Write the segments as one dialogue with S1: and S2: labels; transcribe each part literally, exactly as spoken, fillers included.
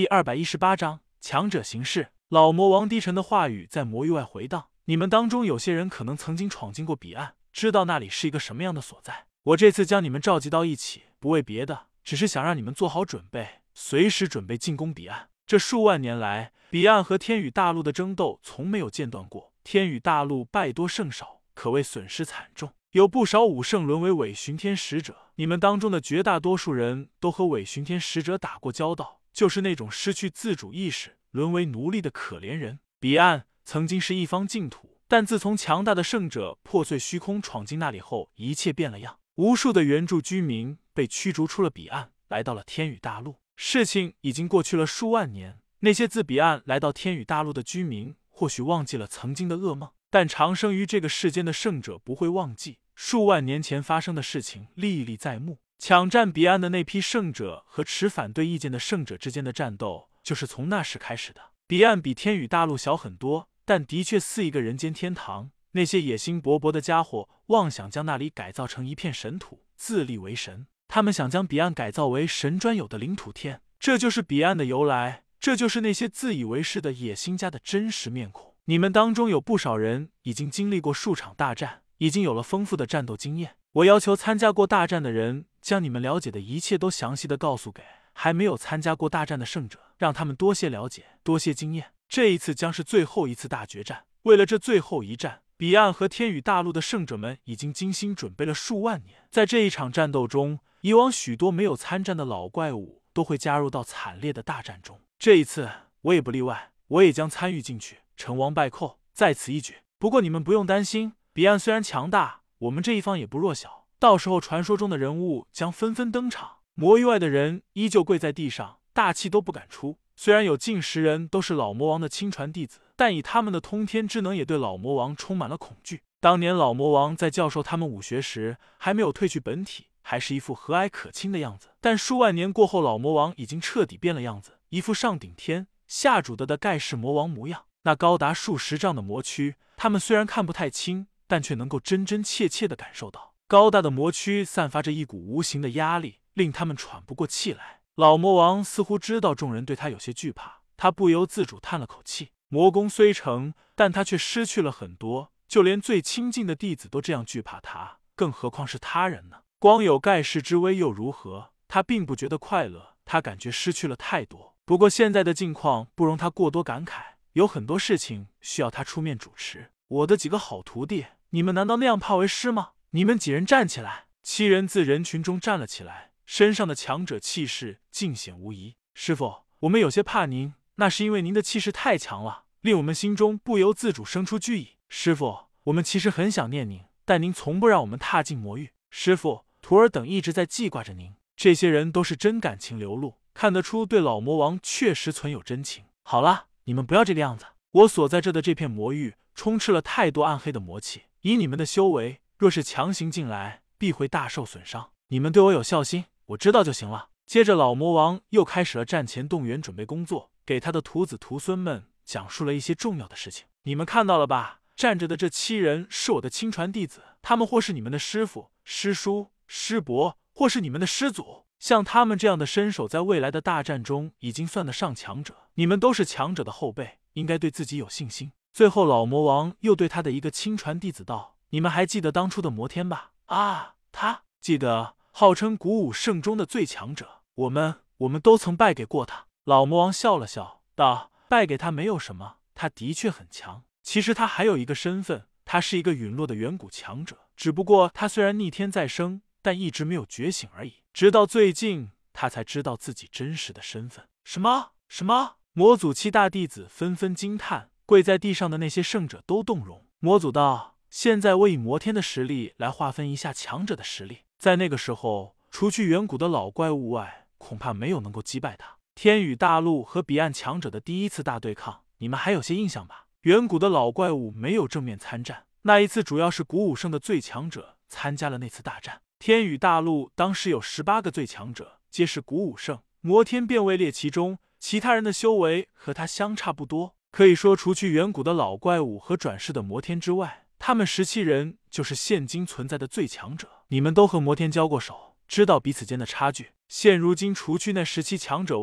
S1: 第二百一十八章强者行事。老魔王低沉的话语在魔域外回荡。你们当中有些人可能曾经闯进过彼岸，知道那里是一个什么样的所在。我这次将你们召集到一起，不为别的，只是想让你们做好准备，随时准备进攻彼岸。这数万年来，彼岸和天宇大陆的争斗从没有间断过，天宇大陆败多胜少，可谓损失惨重。有不少武圣沦为伪巡天使者，你们当中的绝大多数人都和伪巡天使者打过交道，就是那种失去自主意识、沦为奴隶的可怜人。彼岸曾经是一方净土，但自从强大的圣者破碎虚空闯进那里后，一切变了样。无数的原住居民被驱逐出了彼岸，来到了天宇大陆。事情已经过去了数万年，那些自彼岸来到天宇大陆的居民或许忘记了曾经的噩梦，但长生于这个世间的圣者不会忘记数万年前发生的事情，历历在目。抢占彼岸的那批圣者和持反对意见的圣者之间的战斗，就是从那时开始的。彼岸比天宇大陆小很多，但的确似一个人间天堂。那些野心勃勃的家伙妄想将那里改造成一片神土，自立为神。他们想将彼岸改造为神专有的领土天，这就是彼岸的由来，这就是那些自以为是的野心家的真实面孔。你们当中有不少人已经经历过数场大战，已经有了丰富的战斗经验。我要求参加过大战的人将你们了解的一切都详细的告诉给还没有参加过大战的圣者，让他们多些了解，多些经验。这一次将是最后一次大决战，为了这最后一战，彼岸和天宇大陆的圣者们已经精心准备了数万年。在这一场战斗中，以往许多没有参战的老怪物都会加入到惨烈的大战中，这一次我也不例外，我也将参与进去，成王败寇，在此一举。不过你们不用担心，彼岸虽然强大，我们这一方也不弱小，到时候传说中的人物将纷纷登场。魔域外的人依旧跪在地上，大气都不敢出。虽然有近十人都是老魔王的亲传弟子，但以他们的通天之能，也对老魔王充满了恐惧。当年老魔王在教授他们武学时，还没有褪去本体，还是一副和蔼可亲的样子。但数万年过后，老魔王已经彻底变了样子，一副上顶天下主的的盖世魔王模样。那高达数十丈的魔躯，他们虽然看不太清，但却能够真真切切地感受到。高大的魔躯散发着一股无形的压力，令他们喘不过气来。老魔王似乎知道众人对他有些惧怕，他不由自主叹了口气。魔功虽成，但他却失去了很多，就连最亲近的弟子都这样惧怕他，更何况是他人呢？光有盖世之威又如何？他并不觉得快乐，他感觉失去了太多。不过现在的境况不容他过多感慨，有很多事情需要他出面主持。我的几个好徒弟，你们难道那样怕为师吗？你们几人站起来。七人自人群中站了起来，身上的强者气势尽显无疑。师父，我们有些怕您，那是因为您的气势太强了，令我们心中不由自主生出惧意。师父，我们其实很想念您，但您从不让我们踏进魔域。师父，徒儿等一直在记挂着您。这些人都是真感情流露，看得出对老魔王确实存有真情。好了，你们不要这个样子。我所在这的这片魔域充斥了太多暗黑的魔气，以你们的修为，若是强行进来，必会大受损伤。你们对我有孝心，我知道就行了。接着老魔王又开始了战前动员准备工作，给他的徒子徒孙们讲述了一些重要的事情。你们看到了吧，站着的这七人是我的亲传弟子，他们或是你们的师父、师叔、师伯，或是你们的师祖。像他们这样的身手，在未来的大战中已经算得上强者。你们都是强者的后辈，应该对自己有信心。最后老魔王又对他的一个亲传弟子道，你们还记得当初的魔天吧？啊，他记得，号称古武圣中的最强者，我们我们都曾败给过他。老魔王笑了笑道，败给他没有什么，他的确很强。其实他还有一个身份，他是一个陨落的远古强者，只不过他虽然逆天再生，但一直没有觉醒而已。直到最近，他才知道自己真实的身份。什么什么？魔祖七大弟子纷纷惊叹，跪在地上的那些圣者都动容。魔祖道，现在我以魔天的实力来划分一下强者的实力。在那个时候，除去远古的老怪物外，恐怕没有能够击败他。天宇大陆和彼岸强者的第一次大对抗，你们还有些印象吧？远古的老怪物没有正面参战，那一次主要是古武圣的最强者参加了那次大战。天宇大陆当时有十八个最强者，皆是古武圣，魔天便位列其中，其他人的修为和他相差不多。可以说，除去远古的老怪物和转世的魔天之外，他们十七人就是现今存在的最强者。你们都和魔天交过手，知道彼此间的差距。现如今，除去那十七强者外，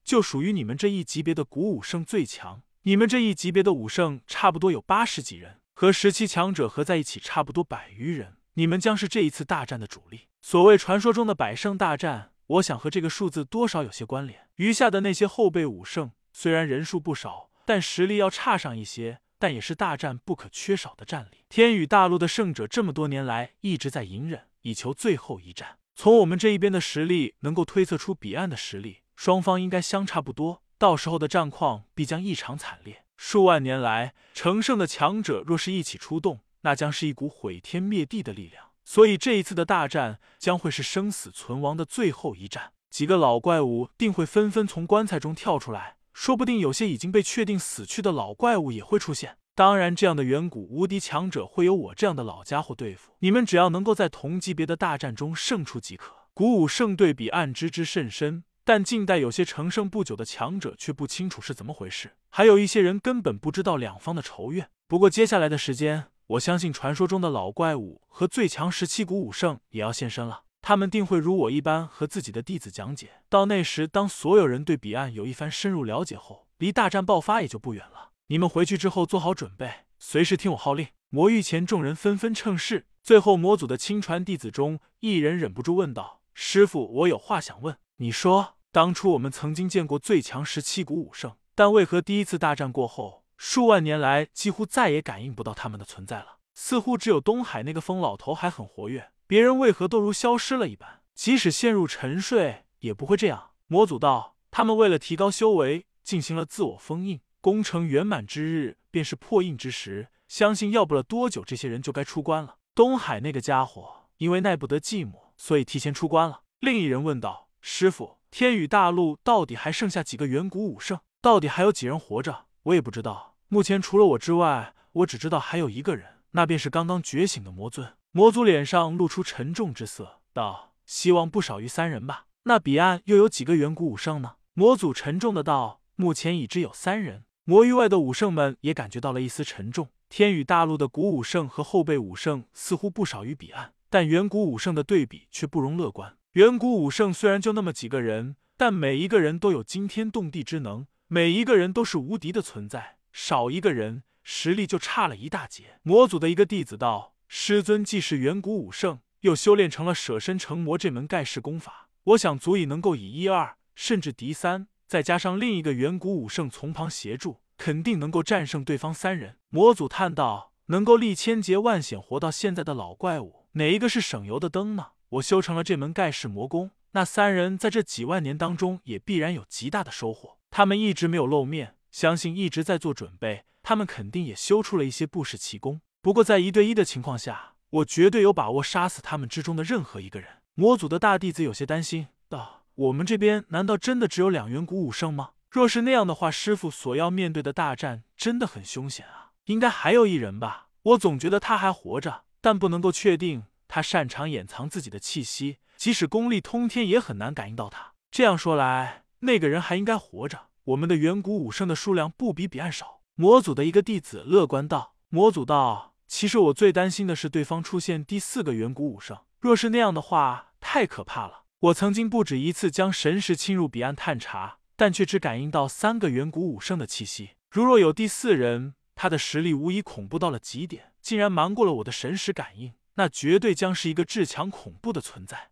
S1: 就属于你们这一级别的古武圣最强。你们这一级别的武圣差不多有八十几人，和十七强者合在一起差不多百余人，你们将是这一次大战的主力。所谓传说中的百圣大战，我想和这个数字多少有些关联。余下的那些后备武圣虽然人数不少，但实力要差上一些，但也是大战不可缺少的战力。天宇大陆的圣者这么多年来一直在隐忍，以求最后一战。从我们这一边的实力能够推测出彼岸的实力，双方应该相差不多，到时候的战况必将异常惨烈。数万年来，成圣的强者若是一起出动，那将是一股毁天灭地的力量。所以这一次的大战将会是生死存亡的最后一战。几个老怪物定会纷纷从棺材中跳出来，说不定有些已经被确定死去的老怪物也会出现。当然，这样的远古无敌强者会有我这样的老家伙对付，你们只要能够在同级别的大战中胜出即可。古武圣对彼岸知之甚深，但近代有些成圣不久的强者却不清楚是怎么回事，还有一些人根本不知道两方的仇怨。不过接下来的时间，我相信传说中的老怪物和最强十七古武圣也要现身了，他们定会如我一般和自己的弟子讲解。到那时，当所有人对彼岸有一番深入了解后，离大战爆发也就不远了。你们回去之后做好准备，随时听我号令。魔域前众人纷纷称是。最后魔祖的亲传弟子中，一人忍不住问道：师父，我有话想问。你说，当初我们曾经见过最强十七古武圣，但为何第一次大战过后，数万年来几乎再也感应不到他们的存在了？似乎只有东海那个疯老头还很活跃，别人为何都如消失了一般？即使陷入沉睡，也不会这样。魔祖道：他们为了提高修为，进行了自我封印，功成圆满之日便是破印之时，相信要不了多久，这些人就该出关了。东海那个家伙因为耐不得寂寞，所以提前出关了。另一人问道：师父，天宇大陆到底还剩下几个远古武圣？到底还有几人活着？我也不知道，目前除了我之外，我只知道还有一个人，那便是刚刚觉醒的魔尊。魔族脸上露出沉重之色，道：希望不少于三人吧。那彼岸又有几个远古武圣呢？魔祖沉重的道：目前已知有三人。魔域外的武圣们也感觉到了一丝沉重。天宇大陆的古武圣和后备武圣似乎不少于彼岸，但远古武圣的对比却不容乐观。远古武圣虽然就那么几个人，但每一个人都有惊天动地之能，每一个人都是无敌的存在，少一个人，实力就差了一大截。魔祖的一个弟子道：师尊既是远古武圣，又修炼成了舍身成魔这门盖世功法，我想足以能够以一二甚至敌三，再加上另一个远古武圣从旁协助，肯定能够战胜对方三人。魔祖叹道：能够历千劫万险活到现在的老怪物，哪一个是省油的灯呢？我修成了这门盖世魔功，那三人在这几万年当中也必然有极大的收获。他们一直没有露面，相信一直在做准备，他们肯定也修出了一些不世奇功。不过在一对一的情况下，我绝对有把握杀死他们之中的任何一个人。魔祖的大弟子有些担心道：我们这边难道真的只有两远古武圣吗？若是那样的话，师父所要面对的大战真的很凶险啊。应该还有一人吧，我总觉得他还活着，但不能够确定。他擅长掩藏自己的气息，即使功力通天也很难感应到他。这样说来，那个人还应该活着。我们的远古武圣的数量不比彼岸少。魔祖的一个弟子乐观道。魔祖道：其实我最担心的是对方出现第四个远古武圣，若是那样的话，太可怕了。我曾经不止一次将神识侵入彼岸探查，但却只感应到三个远古武圣的气息。如若有第四人，他的实力无疑恐怖到了极点，竟然瞒过了我的神识感应，那绝对将是一个至强恐怖的存在。